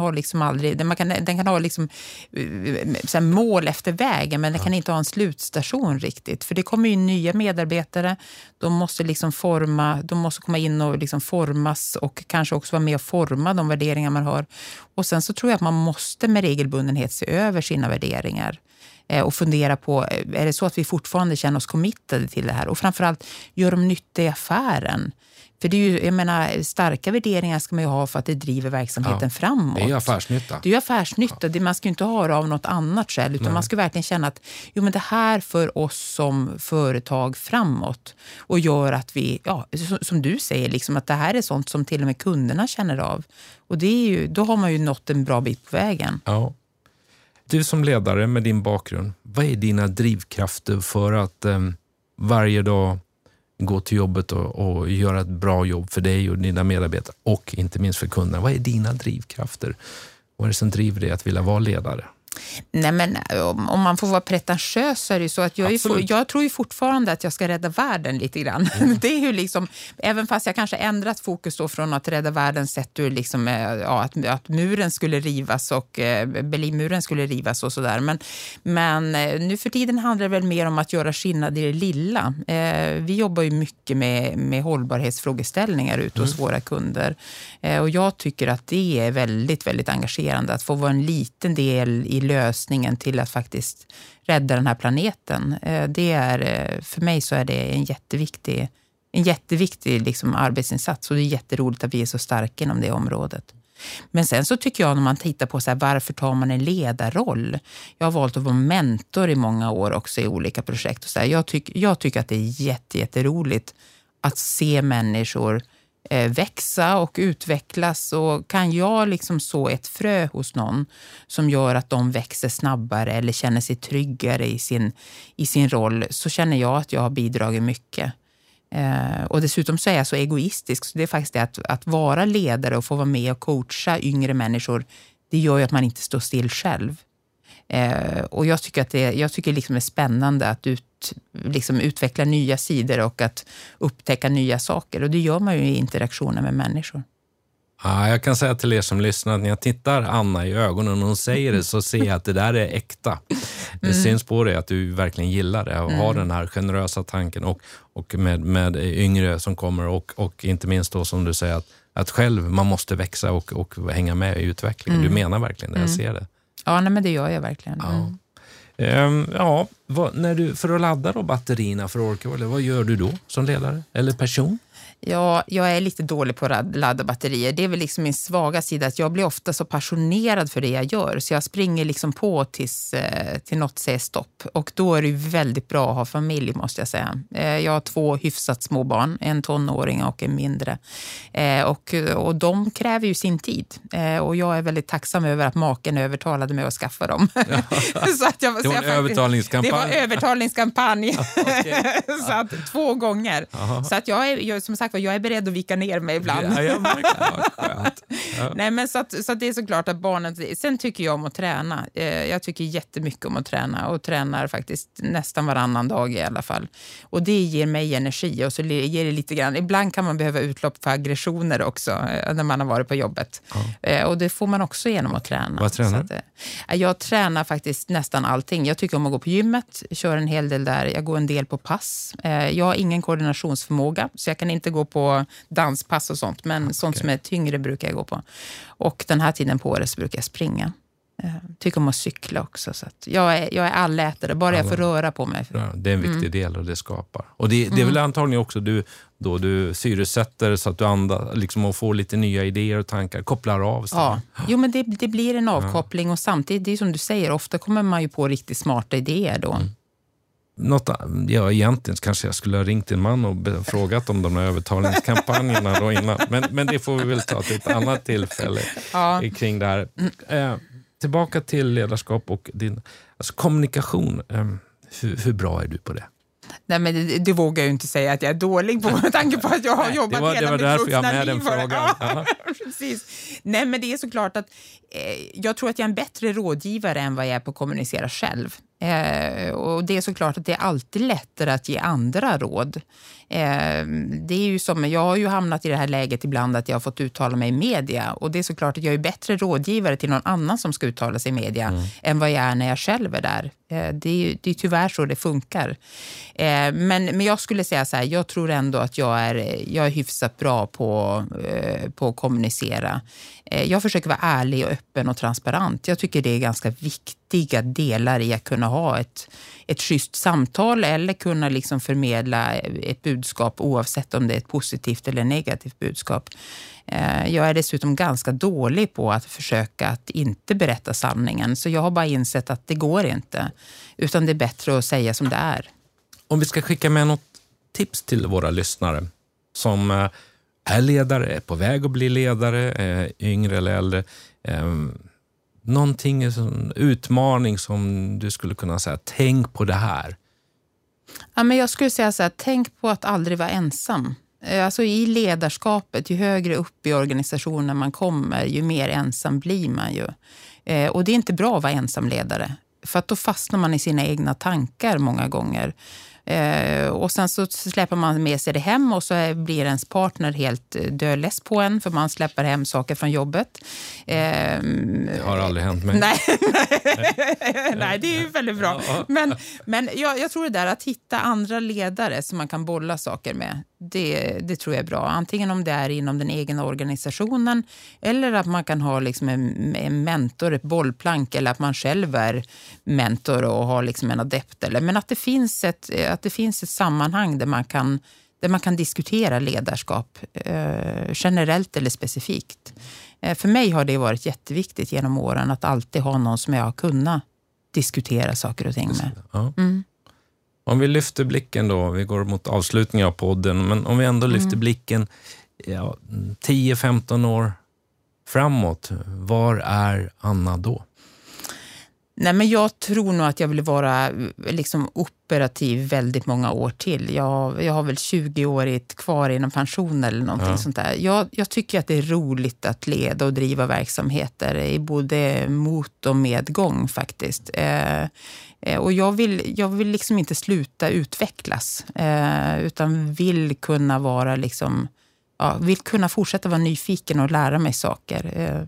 kan ha liksom så här mål efter vägen, men den kan inte ha en slutstation riktigt. För det kommer ju nya medarbetare, de måste liksom de måste komma in och liksom formas och kanske också vara med och forma de värderingar man har. Och sen så tror jag att man måste med regelbundenhet se över sina värderingar. Och fundera på, är det så att vi fortfarande känner oss committade till det här? Och framförallt, gör de nytta i affären? För det är ju, jag menar, starka värderingar ska man ju ha för att det driver verksamheten framåt. Det är ju affärsnytta. Det är ju affärsnytta. Man ska ju inte ha det av något annat skäl, utan man ska verkligen känna att men det här för oss som företag framåt och gör att vi, som du säger, liksom, att det här är sånt som till och med kunderna känner av. Och det är ju, då har man ju nått en bra bit på vägen. Ja. Du som ledare med din bakgrund, vad är dina drivkrafter för att varje dag gå till jobbet och göra ett bra jobb för dig och dina medarbetare och inte minst för kunderna? Vad är dina drivkrafter? Vad är det som driver dig att vilja vara ledare? Nej, men om man får vara pretentiös så är det ju så att jag tror ju fortfarande att jag ska rädda världen lite grann. Det är ju liksom, även fast jag kanske ändrat fokus då från att rädda världen sett ur liksom, att muren skulle rivas och Berlinmuren skulle rivas och sådär. Men nu för tiden handlar det väl mer om att göra skillnad i det lilla. Vi jobbar ju mycket med hållbarhetsfrågeställningar ute hos våra kunder. Och jag tycker att det är väldigt, väldigt engagerande att få vara en liten del i lösningen till att faktiskt rädda den här planeten. Det är, för mig så är det en jätteviktig liksom arbetinsats, och det är jätteroligt att vi är så starka inom det området. Men sen så tycker jag, när man tittar på så här, varför tar man en ledarroll? Jag har valt att vara mentor i många år också i olika projekt. Och så här. Jag tycker att det är jätteroligt att se människor växa och utvecklas, och kan jag liksom så ett frö hos någon som gör att de växer snabbare eller känner sig tryggare i sin roll, så känner jag att jag har bidragit mycket. Och dessutom så är jag så egoistisk, så det är faktiskt det att vara ledare och få vara med och coacha yngre människor, det gör ju att man inte står still själv. Och jag tycker liksom det är spännande att liksom utveckla nya sidor och att upptäcka nya saker, och det gör man ju i interaktioner med människor. Ja, jag kan säga till er som lyssnar att när jag tittar Anna i ögonen och hon säger det, så ser jag att det där är äkta. Det syns på dig att du verkligen gillar det och har den här generösa tanken och med yngre som kommer och inte minst då som du säger att själv man måste växa och hänga med i utvecklingen. Du menar verkligen det, jag ser det. Ja, nej, men det gör jag verkligen. För att ladda då batterierna för Orca, vad gör du då som ledare eller person? Ja, jag är lite dålig på att ladda batterier. Det är väl liksom min svaga sida, att jag blir ofta så passionerad för det jag gör. Så jag springer liksom på till något säger stopp. Och då är det väldigt bra att ha familj, måste jag säga. Jag har 2 hyfsat små barn, en tonåring och en mindre. Och de kräver ju sin tid. Och jag är väldigt tacksam över att maken övertalade mig att skaffa dem. Så att det var en övertalningskampanj. Det var övertalningskampanj. Så att 2 gånger. Aha. Så att jag som sagt, jag är beredd att vika ner mig ibland. Nej, men så att det är såklart att barnen... Sen tycker jag om att träna. Jag tycker jättemycket om att träna. Och tränar faktiskt nästan varannan dag i alla fall. Och det ger mig energi. Och så ger det lite grann... Ibland kan man behöva utlopp för aggressioner också. När man har varit på jobbet. Och det får man också genom att träna. Vad tränar du? Jag tränar faktiskt nästan allting. Jag tycker om att gå på gymmet. Kör en hel del där. Jag går en del på pass. Jag har ingen koordinationsförmåga. Så jag kan inte gå på danspass och sånt, men sånt som är tyngre brukar jag gå på. Och den här tiden på året så brukar jag springa. Tycker om att cykla också, så att jag är allätare, bara jag får röra på mig. Ja, det är en viktig del och det skapar. Och det är väl antagligen också du syresätter så att du andas liksom, och får lite nya idéer och tankar, kopplar av sig. Ja, jo, men det blir en avkoppling och samtidigt, det är som du säger, ofta kommer man ju på riktigt smarta idéer då. Egentligen kanske jag skulle ha ringt en man och frågat om de här övertalningskampanjerna då innan. Men det får vi väl ta till ett annat tillfälle kring det här. Tillbaka till ledarskap och din kommunikation. Hur bra är du på det? Nej, men det vågar jag ju inte säga att jag är dålig på, med tanke på att jag har jobbat hela mitt vuxna liv. Det var därför jag med den frågan. Ja, precis. Nej, men det är såklart att jag tror att jag är en bättre rådgivare än vad jag är på att kommunicera själv. Och det är såklart att det är alltid lättare att ge andra råd. Det är ju som, jag har ju hamnat i det här läget ibland att jag har fått uttala mig i media. Och det är såklart att jag är bättre rådgivare till någon annan som ska uttala sig i media än vad jag är när jag själv är där. Det är tyvärr så det funkar. Men jag skulle säga så här, jag tror ändå att jag är hyfsat bra på att kommunicera. Jag försöker vara ärlig och öppen och transparent. Jag tycker det är ganska viktiga delar i att kunna ha ett schysst samtal eller kunna liksom förmedla ett budskap oavsett om det är ett positivt eller negativt budskap. Jag är dessutom ganska dålig på att försöka att inte berätta sanningen. Så jag har bara insett att det går inte. Utan det är bättre att säga som det är. Om vi ska skicka med något tips till våra lyssnare som är ledare, är på väg att bli ledare, yngre eller äldre. Någonting, en utmaning som du skulle kunna säga, tänk på det här. Ja, men jag skulle säga så här, tänk på att aldrig vara ensam. Alltså i ledarskapet, ju högre upp i organisationen man kommer, ju mer ensam blir man ju. Och det är inte bra att vara ensamledare. För att då fastnar man i sina egna tankar många gånger. Och sen så släpper man med sig det hem och så blir ens partner helt dödless på en för man släpper hem saker från jobbet. Det har aldrig hänt mig. Nej, det är ju väldigt bra. Men jag tror det där att hitta andra ledare som man kan bolla saker med, det tror jag är bra. Antingen om det är inom den egna organisationen eller att man kan ha liksom en mentor, ett bollplank, eller att man själv är mentor och har liksom en adept. Men att det finns ett sammanhang där man kan diskutera ledarskap generellt eller specifikt. För mig har det varit jätteviktigt genom åren att alltid ha någon som jag har kunnat diskutera saker och ting med. Ja. Om vi lyfter blicken då, vi går mot avslutningen av podden, men om vi ändå lyfter blicken 10-15 år framåt, var är Anna då? Nej, men jag tror nog att jag vill vara liksom operativ väldigt många år till. Jag har väl 20 år kvar inom pension eller någonting sånt där. Jag tycker att det är roligt att leda och driva verksamheter i både mot- och medgång faktiskt. Och jag vill liksom inte sluta utvecklas utan vill kunna vara liksom, vill kunna fortsätta vara nyfiken och lära mig saker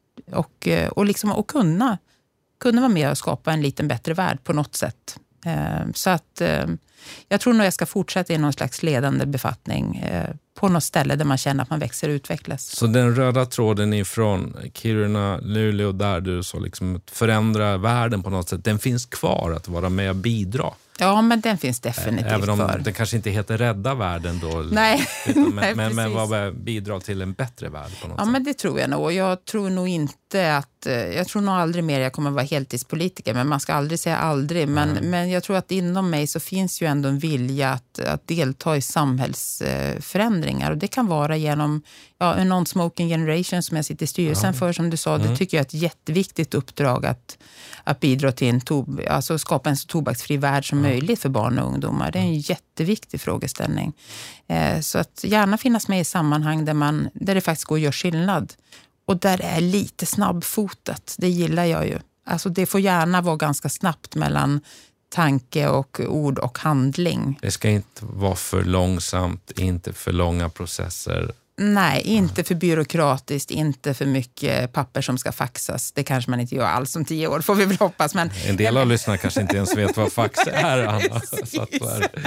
och kunna vara med och skapa en liten bättre värld på något sätt. Så att jag tror nog jag ska fortsätta i någon slags ledande befattning på något ställe där man känner att man växer och utvecklas. Så den röda tråden ifrån Kiruna, Luleå, där du så liksom förändra världen på något sätt, den finns kvar att vara med och bidra? Ja, men den finns definitivt även om för. den kanske inte heter rädda världen då. Nej, men vad bidra till en bättre värld på något sätt. Ja, men det tror jag nog. Jag tror nog inte att... Jag tror nog aldrig mer jag kommer vara heltidspolitiker, men man ska aldrig säga aldrig. Men jag tror att inom mig så finns ju ändå en vilja att delta i samhällsförändringar. Och det kan vara genom en non-smoking generation som jag sitter i styrelsen för, som du sa. Det tycker jag är ett jätteviktigt uppdrag att bidra till alltså skapa en så tobaksfri värld som möjligt för barn och ungdomar. Det är en jätteviktig frågeställning. Så att gärna finnas med i sammanhang där det faktiskt går att göra skillnad. Och där det är lite snabbfotat. Det gillar jag ju. Alltså det får gärna vara ganska snabbt mellan tanke och ord och handling. Det ska inte vara för långsamt, inte för långa processer. Nej, inte för byråkratiskt, inte för mycket papper som ska faxas. Det kanske man inte gör alls om 10 år, får vi väl hoppas. Men en del av lyssnarna kanske inte ens vet vad fax är, Anna. Så att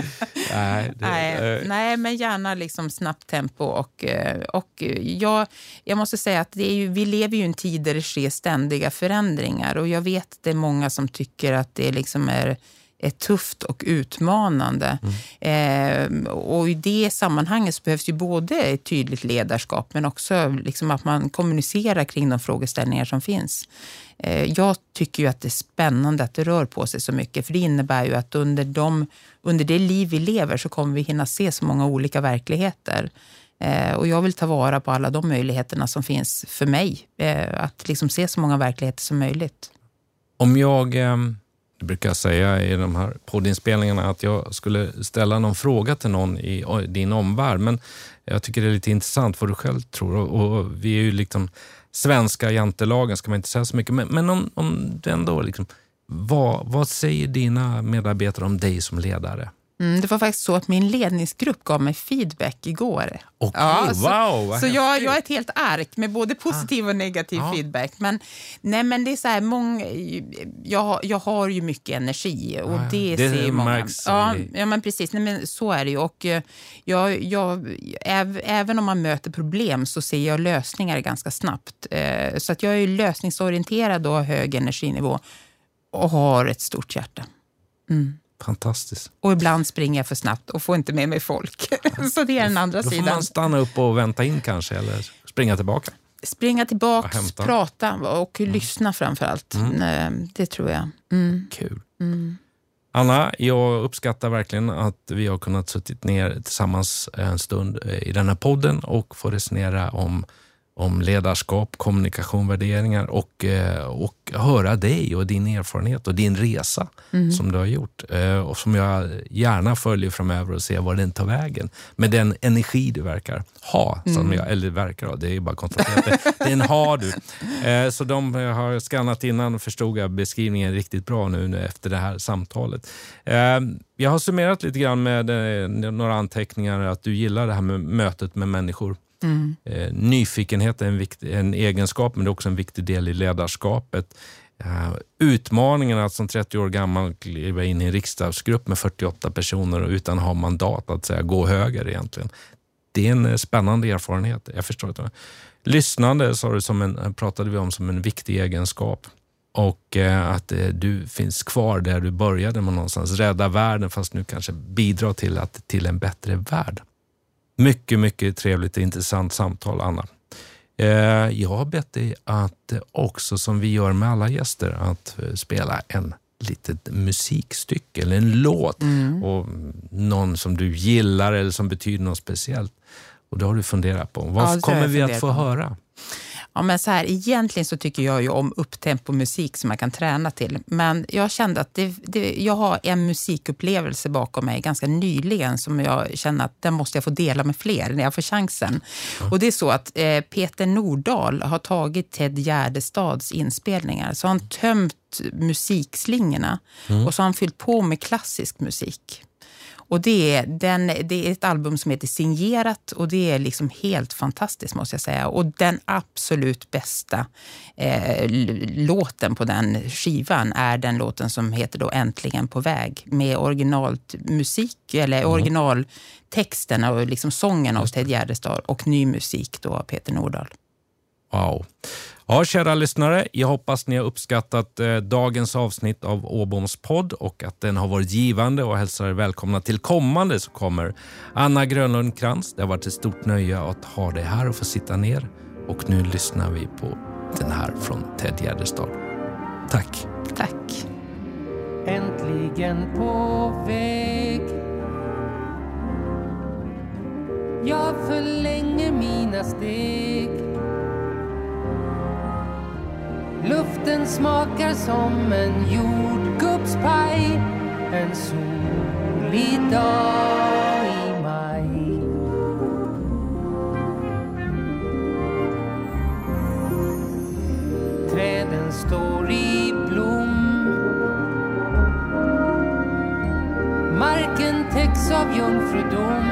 nej, men gärna liksom snabbt tempo. Och jag måste säga att vi lever ju i en tid där det sker ständiga förändringar. Och jag vet att det är många som tycker att det liksom är tufft och utmanande. Och i det sammanhanget så behövs ju både ett tydligt ledarskap men också liksom att man kommunicerar kring de frågeställningar som finns. Jag tycker ju att det är spännande att det rör på sig så mycket, för det innebär ju att under det liv vi lever så kommer vi hinna se så många olika verkligheter. Och jag vill ta vara på alla de möjligheterna som finns för mig, att liksom se så många verkligheter som möjligt. Om jag... Det brukar jag säga i de här poddinspelningarna att jag skulle ställa någon fråga till någon i din omvärld. Men jag tycker det är lite intressant vad du själv tror. Och vi är ju liksom svenska jantelagen, ska man inte säga så mycket. Men om det ändå liksom, vad säger dina medarbetare om dig som ledare? Det var faktiskt så att min ledningsgrupp gav mig feedback igår. Okej, wow! Så jag är ett helt ark med både positiv och negativ feedback. Men det är så här, jag har ju mycket energi och det ser många. Märks. Ja, men precis. Nej, men så är det ju. Och även om man möter problem så ser jag lösningar ganska snabbt. Så att jag är lösningsorienterad och har hög energinivå och har ett stort hjärta. Fantastiskt. Och ibland springer jag för snabbt och får inte med mig folk. Så det är den andra sidan. Då får man stanna upp och vänta in kanske, eller springa tillbaka. Springa tillbaka, prata och lyssna framförallt. Det tror jag. Kul. Anna, jag uppskattar verkligen att vi har kunnat suttit ner tillsammans en stund i den här podden och få resonera om om ledarskap, kommunikation, värderingar och höra dig och din erfarenhet och din resa som du har gjort och som jag gärna följer framöver och ser var den tar vägen med den energi du verkar ha, eller verkar ha, det är bara konstaterat den har du. Så de har skannat innan och förstod jag beskrivningen riktigt bra nu efter det här samtalet. Jag har summerat lite grann med några anteckningar att du gillar det här med mötet med människor. Nyfikenhet är en egenskap, men det är också en viktig del i ledarskapet. Utmaningen att som 30 år gammal kliva in i en riksdagsgrupp med 48 personer och utan ha mandat att säga gå höger egentligen. Det är en spännande erfarenhet, jag förstår det. Lyssnande pratade vi om som en viktig egenskap. Och att du finns kvar där du började med någonstans. Rädda världen fast nu kanske bidra till en bättre värld. Mycket, mycket trevligt och intressant samtal, Anna. Jag har bett dig att också, som vi gör med alla gäster, att spela en litet musikstycke eller en låt. Och någon som du gillar eller som betyder något speciellt. Och det har du funderat på. Vad kommer vi att få höra? Ja, men så här, egentligen så tycker jag ju om upptempo-musik som man kan träna till. Men jag kände att jag har en musikupplevelse bakom mig ganska nyligen som jag känner att den måste jag få dela med fler när jag får chansen. Och det är så att Peter Nordahl har tagit Ted Gärdestads inspelningar. Så har han tömt musikslingorna och så har han fyllt på med klassisk musik. Och det är ett album som heter Signerat och det är liksom helt fantastiskt måste jag säga. Och den absolut bästa låten på den skivan är den låten som heter då Äntligen på väg med originalmusik eller originaltexten och liksom sången av Ted Gärdestad och ny musik då av Peter Nordahl. Wow. Ja, kära lyssnare, jag hoppas ni har uppskattat dagens avsnitt av Åboms podd och att den har varit givande och hälsar er välkomna till kommande så kommer Anna Grönlund Krantz. Det har varit ett stort nöje att ha dig här och få sitta ner och nu lyssnar vi på den här från Ted Gärdestad. Tack. Tack. Äntligen på väg. Jag förlänger mina steg. Luften smakar som en jordgubbspaj. En solig dag i maj. Träden står i blom. Marken täcks av jungfrudom.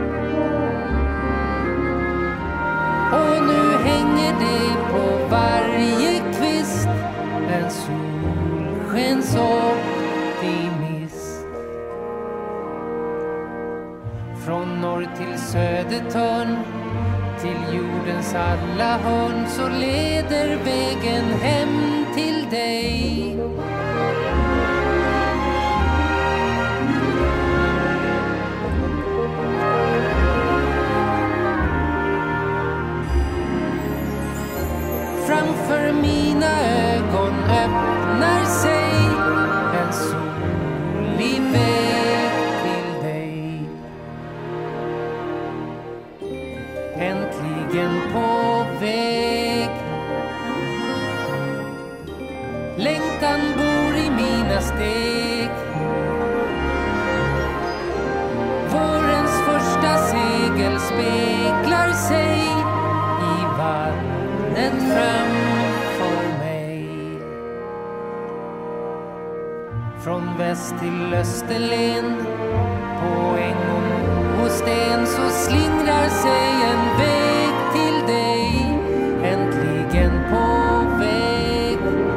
Och nu hänger det på varje kvist en solskensoptimist. Från norr till södertörn, till jordens alla hörn så leder vägen hem till dig. Framför mina ögon öppnar sig en solig väg till dig. Äntligen på väg. Längtan bor i mina steg. Vårens första segel speglar sig i vattnet framför mig. Från väst till Österlen, på äng och mo och sten så slingrar sig en väg till dig. Äntligen på väg.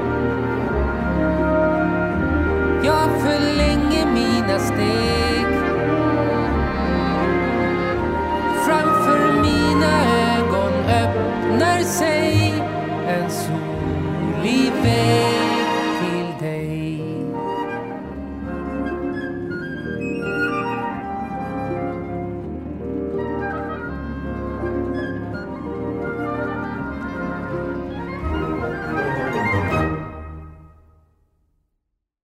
Jag förlänger mina steg. Framför mina ögon öppnar sig en solig väg.